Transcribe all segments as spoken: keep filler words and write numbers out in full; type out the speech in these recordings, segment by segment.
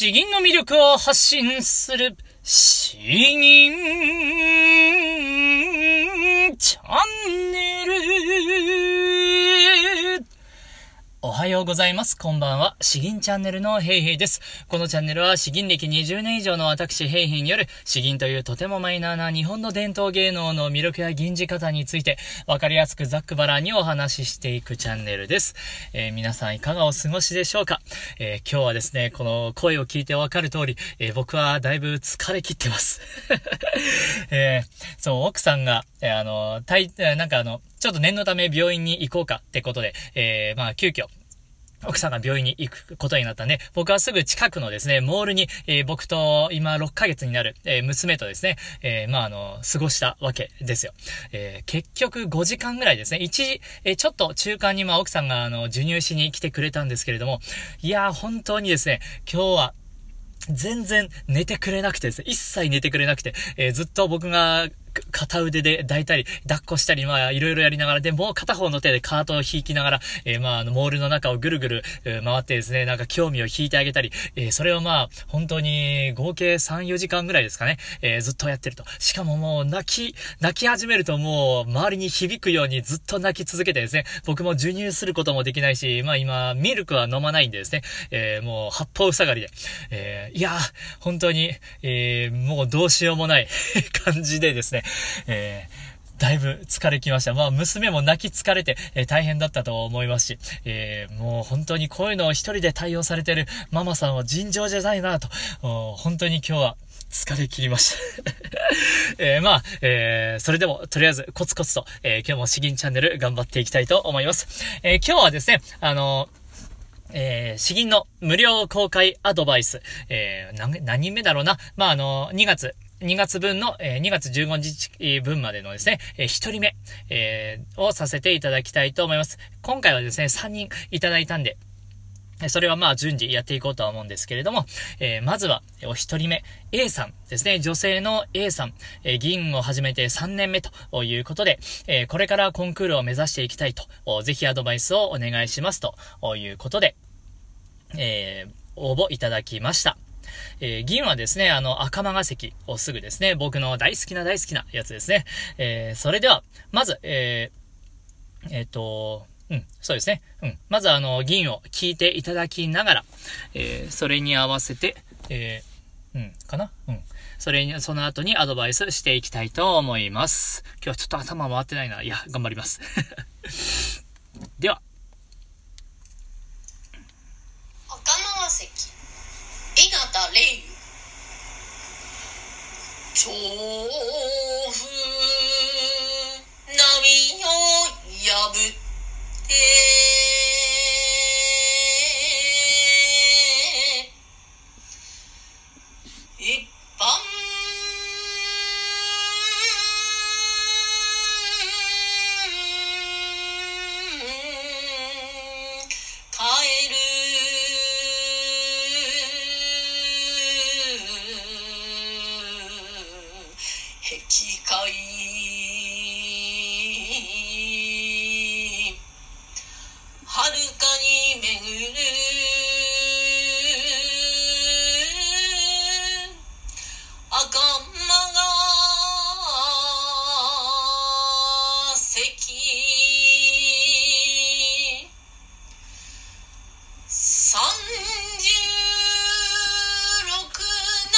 詩吟の魅力を発信する詩吟チャンネル。おはようございます。こんばんは。詩吟チャンネルのヘイヘイです。このチャンネルは詩吟歴にじゅうねん以上の私ヘイヘイによる詩吟というとてもマイナーな日本の伝統芸能の魅力や吟じ方についてわかりやすくざっくばらんにお話ししていくチャンネルです。えー、皆さんいかがお過ごしでしょうか。えー、今日はですね、この声を聞いてわかる通り、えー、僕はだいぶ疲れ切ってます。えー、そう、奥さんが、えー、あの、たい、なんかあの、ちょっと念のため病院に行こうかってことで、えー、まあ急遽、奥さんが病院に行くことになったんで、僕はすぐ近くのですね、モールに、えー、僕と今ろっかげつになる、えー、娘とですね、えー、まああの、過ごしたわけですよ。えー、結局ごじかんぐらいですね、一時、えー、ちょっと中間にまあ奥さんがあの、授乳しに来てくれたんですけれども、いやー本当にですね、今日は、全然寝てくれなくてですね、一切寝てくれなくて、えー、ずっと僕が片腕で抱いたり、抱っこしたり、まあ、いろいろやりながら、で、もう片方の手でカートを引きながら、えー、まあ、あの、モールの中をぐるぐる、えー、回ってですね、なんか興味を引いてあげたり、えー、それをまあ、本当に合計さん、よじかんぐらいですかね、えー、ずっとやってると。しかももう、泣き、泣き始めるともう、周りに響くようにずっと泣き続けてですね、僕も授乳することもできないし、まあ今、ミルクは飲まないんでですね、えー、もう、八方塞がりで、えー、いやー、本当に、えー、もうどうしようもない感じでですね、えー、だいぶ疲れきました。まあ、娘も泣き疲れて、えー、大変だったと思いますし、えー、もう本当にこういうのを一人で対応されてるママさんは尋常じゃないなと、本当に今日は疲れ切りました、えー。まあ、えー、それでもとりあえずコツコツと、えー、今日も詩吟チャンネル頑張っていきたいと思います。えー、今日はですね、あのーえー、詩吟の無料公開アドバイス、えー、何、何人目だろうな。まあ、あの、にがつ、にがつぶんの、えー、にがつじゅうごにちぶんまでのですね、えー、ひとりめ、えー、をさせていただきたいと思います。今回はですね、さんにんいただいたんで、それはまあ順次やっていこうとは思うんですけれども、えー、まずはお一人目 A さんですね。女性の A さん、えー、吟を始めてさんねんめということで、えー、これからコンクールを目指していきたいと、ぜひアドバイスをお願いしますということで、えー、応募いただきました。えー、吟はですね、あの、赤間が関をすぐですね、僕の大好きな大好きなやつですね。えー、それでは、まず、えー、えっと、うん、そうですね。うん。まずあの、吟を聞いていただきながら、えー、それに合わせて、えー、うん、かなうん。それに、その後にアドバイスしていきたいと思います。今日はちょっと頭回ってないな。いや、頑張ります。では。 赤間関、江方霊友。調布、波を破って、一般帰る壁界はるかに巡る赤間が関三十六七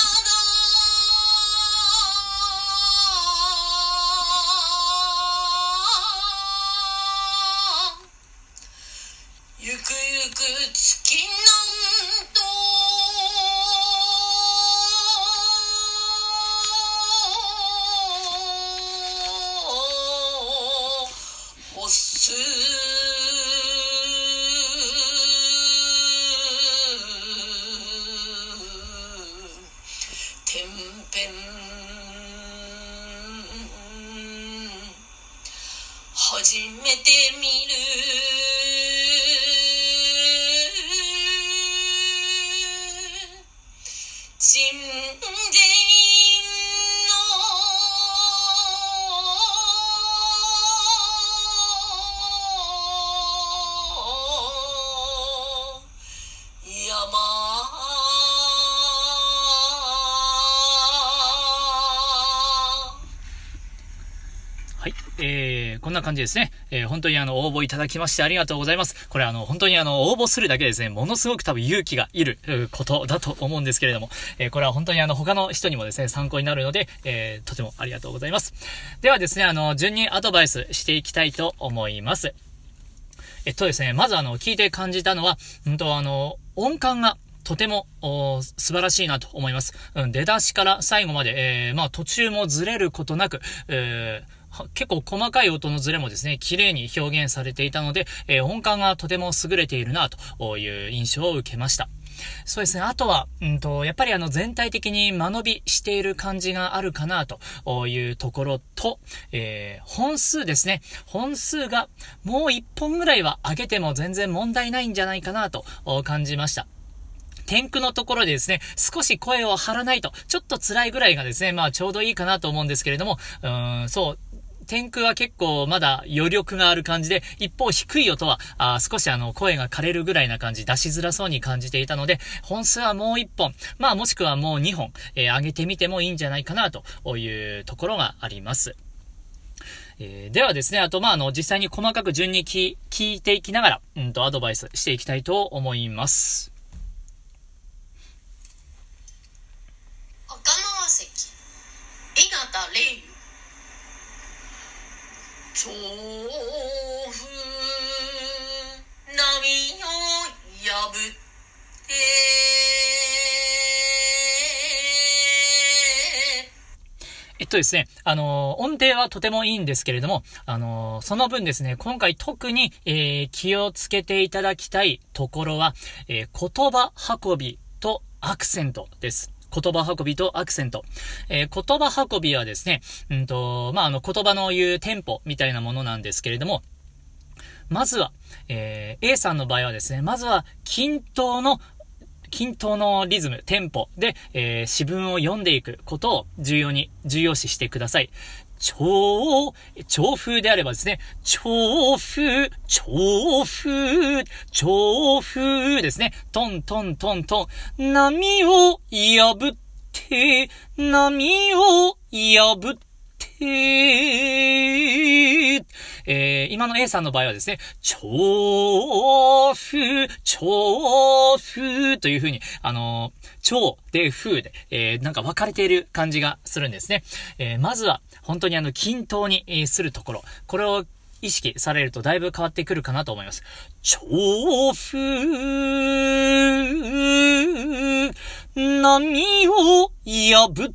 ゆくゆく月なんと欲す天辺初めて見る人間の山えー、こんな感じですね。えー、本当にあの、応募いただきましてありがとうございます。これあの、本当にあの、応募するだけですね、ものすごく多分勇気がいることだと思うんですけれども、えー、これは本当にあの、他の人にもですね、参考になるので、えー、とてもありがとうございます。ではですね、あの、順にアドバイスしていきたいと思います。えっとですね、まずあの、聞いて感じたのは、うんとあの、音感が、とても素晴らしいなと思います。うん、出だしから最後まで、えー、まあ途中もずれることなく、えー、結構細かい音のずれもですね、綺麗に表現されていたので、えー、音感がとても優れているなという印象を受けました。そうですね。あとは、うんと、やっぱりあの全体的に間延びしている感じがあるかなというところと、えー、本数ですね。本数がもう一本ぐらいは上げても全然問題ないんじゃないかなと感じました。天空のところでですね、少し声を張らないと、ちょっと辛いぐらいがですね、まあちょうどいいかなと思うんですけれども、うーん、そう、天空は結構まだ余力がある感じで、一方低い音は、あ少しあの声が枯れるぐらいな感じ、出しづらそうに感じていたので、本数はもう一本、まあもしくはもう二本、えー、上げてみてもいいんじゃないかなというところがあります。えー、ではですね、あとまああの実際に細かく順に聞、聞いていきながら、うんとアドバイスしていきたいと思います。 赤間関伊形霊友調布波を破ってえっとですね、あのー、音程はとてもいいんですけれども、あのー、その分ですね、今回特に、えー、気をつけていただきたいところは、えー、言葉運びとアクセントです。言葉運びとアクセント。えー、言葉運びはですね、うんと、まあ、あの、言葉の言うテンポみたいなものなんですけれども、まずは、えー、A さんの場合はですね、まずは均等の均等のリズム、テンポで、えー、詩文を読んでいくことを重要に、重要視してください。調、調風であればですね、調風、調風、調風ですね。トントントントン。波を破って、波を破って、えー、今の A さんの場合はですね、調風、調風という風に、あのー、調で風で、えー、なんか分かれている感じがするんですね。えー、まずは、本当にあの、均等に、えー、するところ、これを意識されるとだいぶ変わってくるかなと思います。調風、波を破って、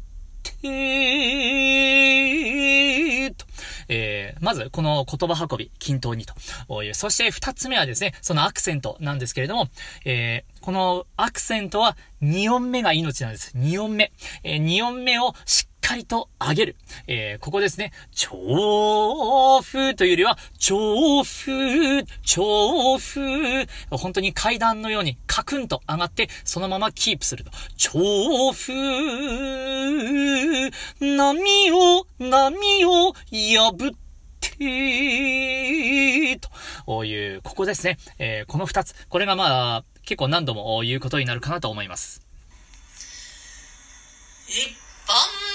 とえー、まず、この言葉運び、均等にという。そして二つ目はですね、そのアクセントなんですけれども、えー、このアクセントは二音目が命なんです。二音目。えー、二音目をしっかりと上げる。えー、ここですね。調風というよりは、調風、調風。本当に階段のようにカクンと上がって、そのままキープすると。調風、波を、波を破って、という、ここですね。えー、この二つ。これがまあ、結構何度も言うことになるかなと思います。 一般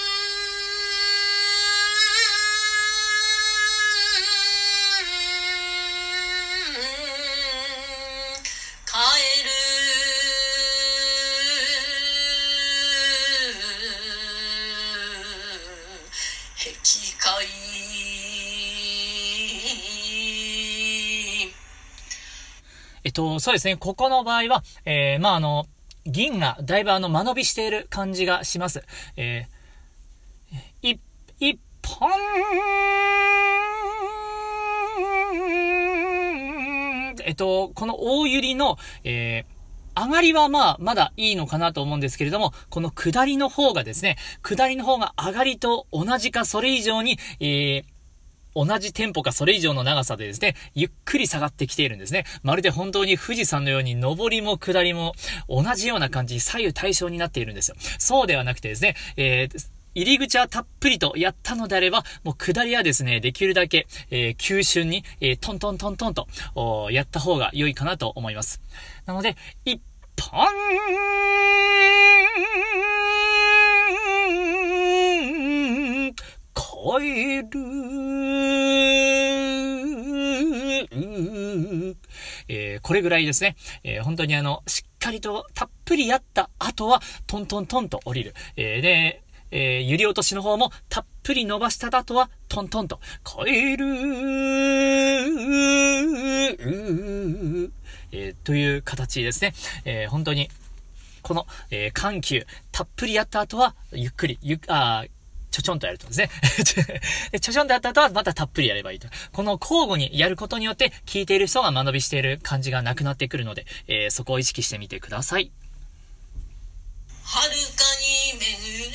帰る壁界えっと、そうですね。ここの場合は、えー、まあ、あの、銀がだいぶあの、間延びしている感じがします。えー、い、一本、えっと、この大百合の、えー、上がりはまあ、まだいいのかなと思うんですけれども、この下りの方がですね、下りの方が上がりと同じかそれ以上に、えー、同じテンポかそれ以上の長さでですね、ゆっくり下がってきているんですね。まるで本当に富士山のように上りも下りも同じような感じに左右対称になっているんですよ。そうではなくてですね、えー、入り口はたっぷりとやったのであれば、もう下りはですね、できるだけ、えー、急峻に、えー、トントントントンとやった方が良いかなと思います。なので、一本帰るこれぐらいですね。えー、本当にあの、しっかりとたっぷりやった後は、トントントンと降りる。えー、で、えー、揺り落としの方もたっぷり伸ばした後はトントンと超える、えー、という形ですね。えー、本当にこの、えー、緩急たっぷりやった後はゆっくりゆあちょちょんとやるとですねちょちょんとやった後はまたたっぷりやればいいと。この交互にやることによって聞いている人が間延びしている感じがなくなってくるので、えー、そこを意識してみてください。 遥かに巡る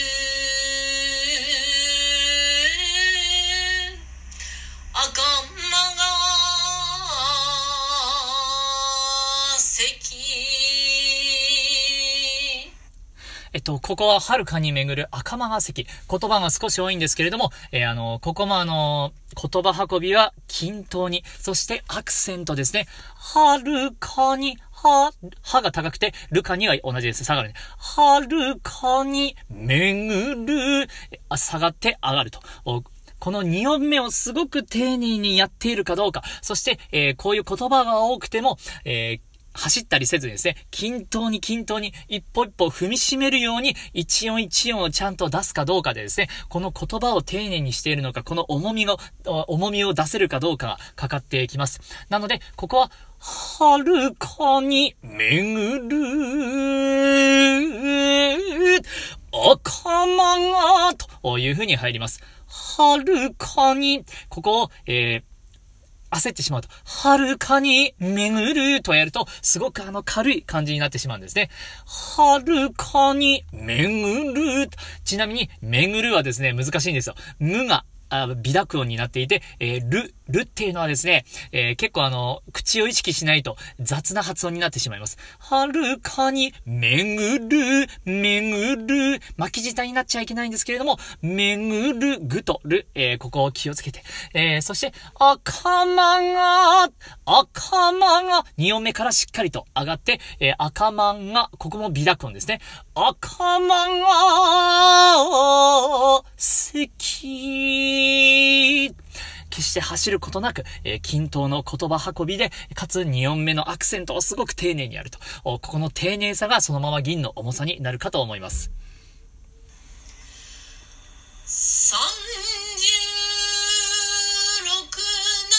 赤間が関。 えっと、ここは遥かに巡る赤間が関。言葉が少し多いんですけれども、えー、あの、ここもあの、言葉運びは均等に、そしてアクセントですね。遥かに、は、はが高くて、るかには同じです。下がるね。遥かに巡る、あ、下がって上がると。このに音目をすごく丁寧にやっているかどうか。そして、えー、こういう言葉が多くても、えー、走ったりせずにですね、均等に均等に一歩一歩踏みしめるように一音一音をちゃんと出すかどうかでですね、この言葉を丁寧にしているのか、この重みが、重みを出せるかどうかがかかってきます。なので、ここは、遥かに巡る赤間がという風に入ります。遥かに、ここを、えー、焦ってしまうと、遥かに巡るとやると、すごくあの軽い感じになってしまうんですね。遥かに巡る。ちなみに、巡るはですね、難しいんですよ。無が、あ、微濁音になっていて、えー、る、るっていうのはですね、えー、結構あの、口を意識しないと雑な発音になってしまいます。遥かに巡る、巡る、巻き舌になっちゃいけないんですけれども、巡る、ぐとる、えー、ここを気をつけて、えー、そして、赤間が、赤間が、に音目からしっかりと上がって、えー、赤間が、ここも微濁音ですね。赤間が、関、決して走ることなく、えー、均等の言葉運びで、かつに音目のアクセントをすごく丁寧にやると。ここの丁寧さがそのまま銀の重さになるかと思います。 さんじゅうろくな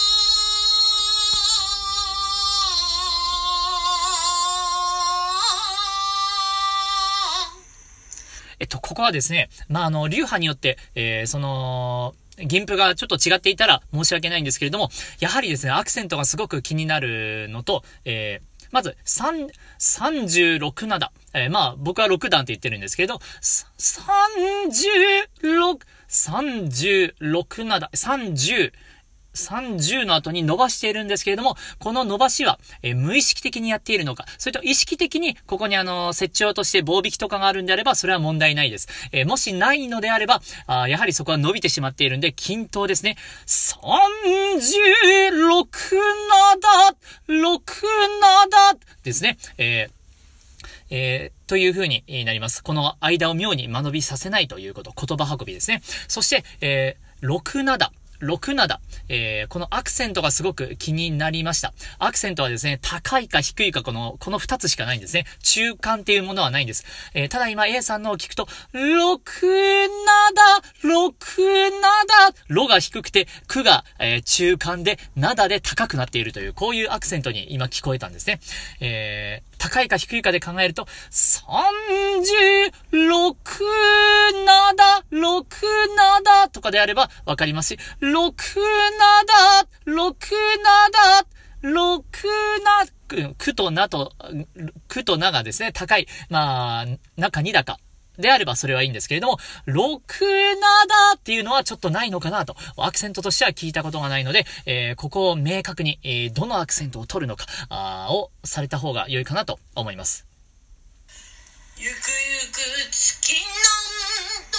えっと、ここはですね、まあ、あの、流派によって、えー、その、銀譜がちょっと違っていたら申し訳ないんですけれども、やはりですね、アクセントがすごく気になるのと、えー、まず、三、さんじゅうろく灘。えー、まあ、僕はろく段って言ってるんですけれど、さんじゅうろく、さんじゅうろく灘、さんじゅう、さんじゅうの後に伸ばしているんですけれども、この伸ばしは、えー、無意識的にやっているのか、それと意識的にここにあの、接長として棒引きとかがあるんであれば、それは問題ないです。えー、もしないのであれば、あやはりそこは伸びてしまっているんで、均等ですね。さんじゅうろく灘、ろく灘ですね。えーえー、という風になります。この間を妙に間延びさせないということ、言葉運びですね。そして、えー、ろく灘。ろく灘、えー、このアクセントがすごく気になりました。アクセントはですね、高いか低いかこの、この二つしかないんですね。中間っていうものはないんです。えー、ただ今 A さんのを聞くと、ろく灘、ろく灘、ろが低くて、くが、えー、中間で、灘で高くなっているという、こういうアクセントに今聞こえたんですね。えー、高いか低いかで考えると、さんじゅうろく灘、ろく灘とかであればわかりますし、ろく灘、ろく灘、ろく灘、くとなと、くとながですね、高い、まあ、中にだか。であればそれはいいんですけれども、ろく灘っていうのはちょっとないのかなと、アクセントとしては聞いたことがないので、えー、ここを明確に、えー、どのアクセントを取るのか、あをされた方が良いかなと思います。 ゆくゆく月なんと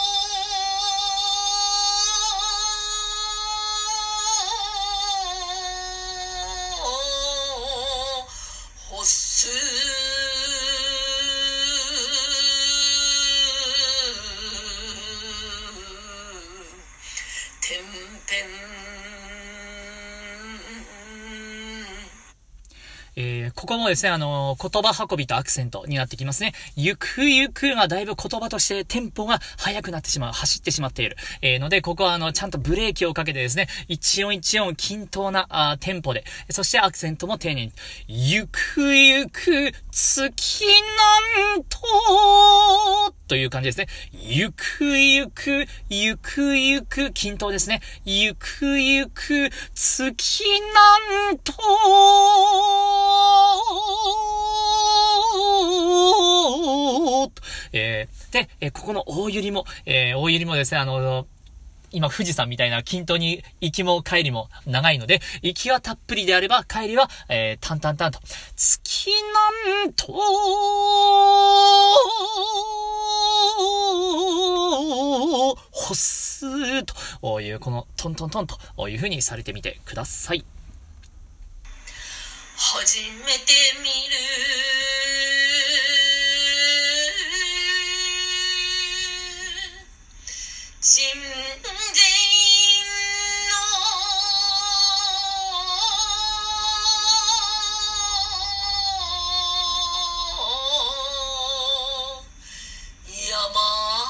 欲すてんぺんえー、ここもですね、あのー、言葉運びとアクセントになってきますね。ゆくゆくがだいぶ言葉としてテンポが速くなってしまう、走ってしまっている。えー、ので、ここはあの、ちゃんとブレーキをかけてですね、一音一音均等なあテンポで、そしてアクセントも丁寧に、ゆくゆく月なんとという感じですね。ゆくゆく、ゆくゆく、均等ですね。ゆくゆく、月なんと、えー、で、えー、ここの大揺りも、えー、大揺りもですね、あの、今富士山みたいな均等に行きも帰りも長いので、行きはたっぷりであれば帰りは、えー、淡々淡々と月なんとほっすーというこのトントントンという風にされてみてください。 初めて見る鎮西の山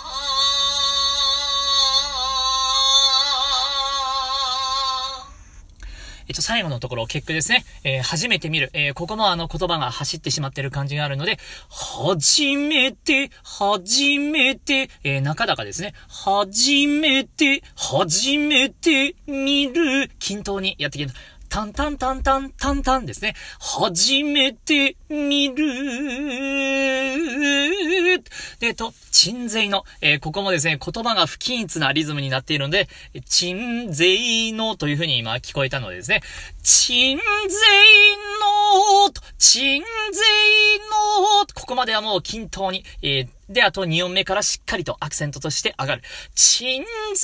えっと、最後のところ、結句ですね。えー、初めて見る。えー、ここもあの言葉が走ってしまってる感じがあるので、初めて、初めて、えー、中高ですね。初めて、初めて見る。均等にやっていきます。タンタンタンタンタンタンですね。初めて見る。で、えっと、鎮西の、えー、ここもですね、言葉が不均一なリズムになっているので、鎮西のという風に今聞こえたのでですね、鎮西のと、鎮西のここまではもう均等に、えー、で、あとに音目からしっかりとアクセントとして上がる。鎮西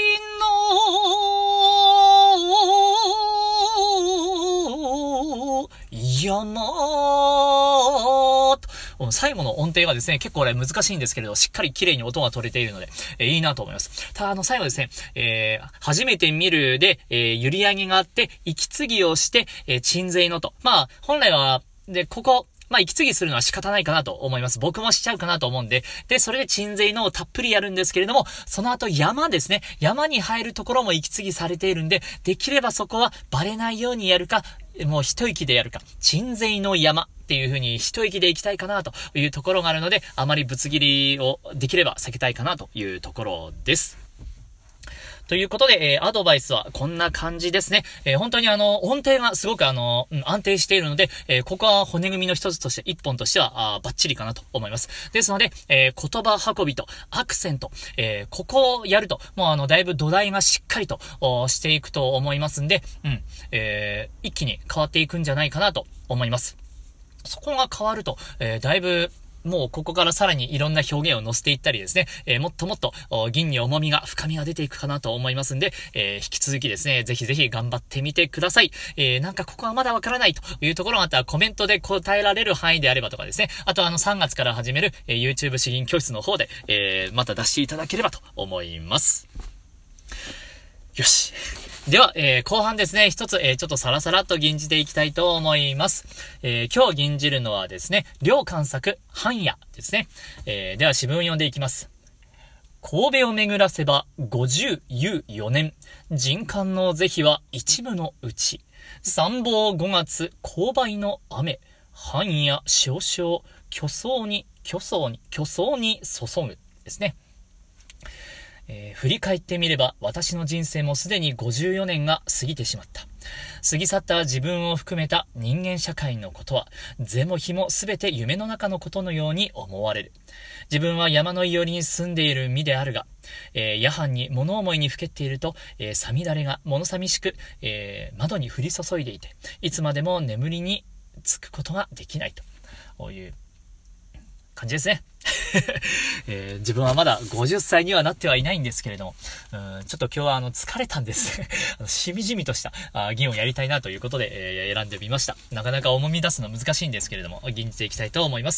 の山と、最後の音程がですね、結構これ難しいんですけれど、しっかり綺麗に音が取れているので、えー、いいなと思います。ただ、あの、最後ですね、えー、初めて見るで、えー、揺り上げがあって、息継ぎをして、えー、鎮西のと。まあ、本来は、で、ここ、まあ、息継ぎするのは仕方ないかなと思います。僕もしちゃうかなと思うんで。で、それで鎮西のをたっぷりやるんですけれども、その後山ですね。山に入るところも息継ぎされているんで、できればそこはバレないようにやるか、もう一息でやるか。鎮西の山っていう風に一息で行きたいかなというところがあるので、あまりぶつ切りをできれば避けたいかなというところです。ということで、えー、アドバイスはこんな感じですね。えー、本当にあの、音程がすごくあの、うん、安定しているので、えー、ここは骨組みの一つとして、一本としては、あバッチリかなと思います。ですので、えー、言葉運びとアクセント、えー、ここをやると、もうあの、だいぶ土台がしっかりと、していくと思いますんで、うん、えー、一気に変わっていくんじゃないかなと思います。そこが変わると、えー、だいぶ、もうここからさらにいろんな表現を乗せていったりですね、えー、もっともっと銀に重みが深みが出ていくかなと思いますんで、えー、引き続きですね、ぜひぜひ頑張ってみてください。えー、なんかここはまだわからないというところがあったらコメントで答えられる範囲であればとかですね、あとあのさんがつから始める、えー、YouTube 詩吟教室の方で、えー、また出していただければと思います。よし。では、えー、後半ですね、一つ、えー、ちょっとサラサラっと吟じていきたいと思います。えー、今日吟じるのはですね、両関作、半夜ですね。えー、では、詩文を読んでいきます。神戸を巡らせば、五十有四年。人間の是非は一部のうち。三宝五月、勾配の雨。半夜少々、虚相に、虚相に、虚相に注ぐ。ですね。えー、振り返ってみれば私の人生もすでにごじゅうよねんが過ぎてしまった。過ぎ去った自分を含めた人間社会のことは、是も非もすべて夢の中のことのように思われる。自分は山のいよりに住んでいる身であるが、えー、夜半に物思いにふけっていると、えー、さみだれが物寂しく、えー、窓に降り注いでいて、いつまでも眠りにつくことができないと。こういう感じですね。えー、自分はまだごじゅっさいにはなってはいないんですけれども、うんちょっと今日はあの疲れたんですしみじみとしたあ吟をやりたいなということで、えー、選んでみました。なかなか重み出すの難しいんですけれども、吟じていきたいと思います。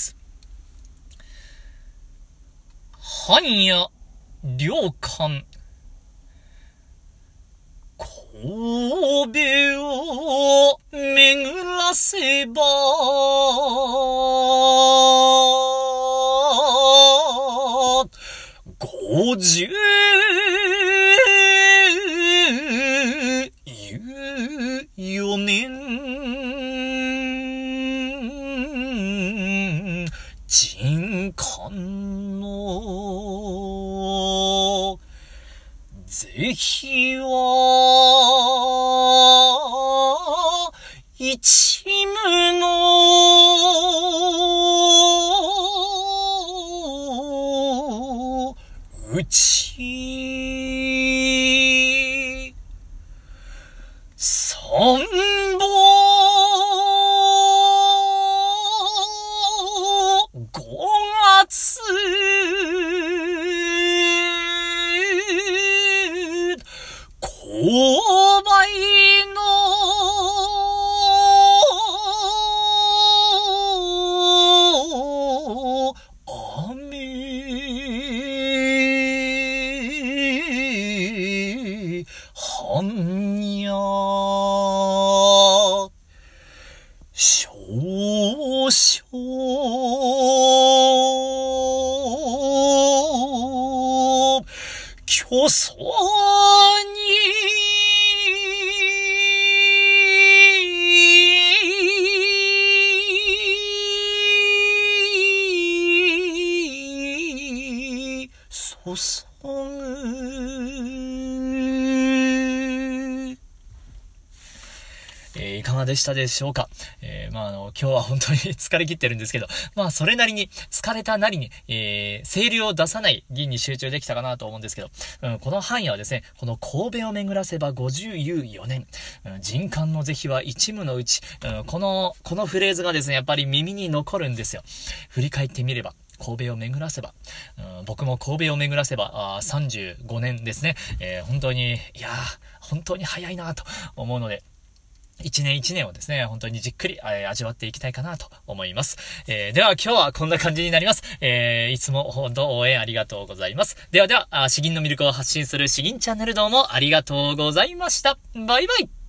半夜両館神戸を巡らせば五十四年人間の是非は一無のうち三本五月購買の雨半夜少々競争に注ぐ。えー、いかがでしたでしょうか。えー、まあ、あの、今日は本当に疲れ切ってるんですけど、まあ、それなりに、疲れたなりに、えー、声量を出さない議に集中できたかなと思うんですけど、うん、この範囲はですね、この神戸を巡らせばごじゅうよねん、うん、人間の是非は一無のうち、うん、この、このフレーズがですね、やっぱり耳に残るんですよ。振り返ってみれば。神戸を巡らせば、うん、僕も神戸を巡らせばあさんじゅうごねんですね、えー、本当にいやー本当に早いなと思うので、一年一年をですね、本当にじっくり、えー、味わっていきたいかなと思います。えー、では今日はこんな感じになります。えー、いつも本当応援ありがとうございます。ではでは、詩吟の魅力を発信する詩吟チャンネル、どうもありがとうございました。バイバイ。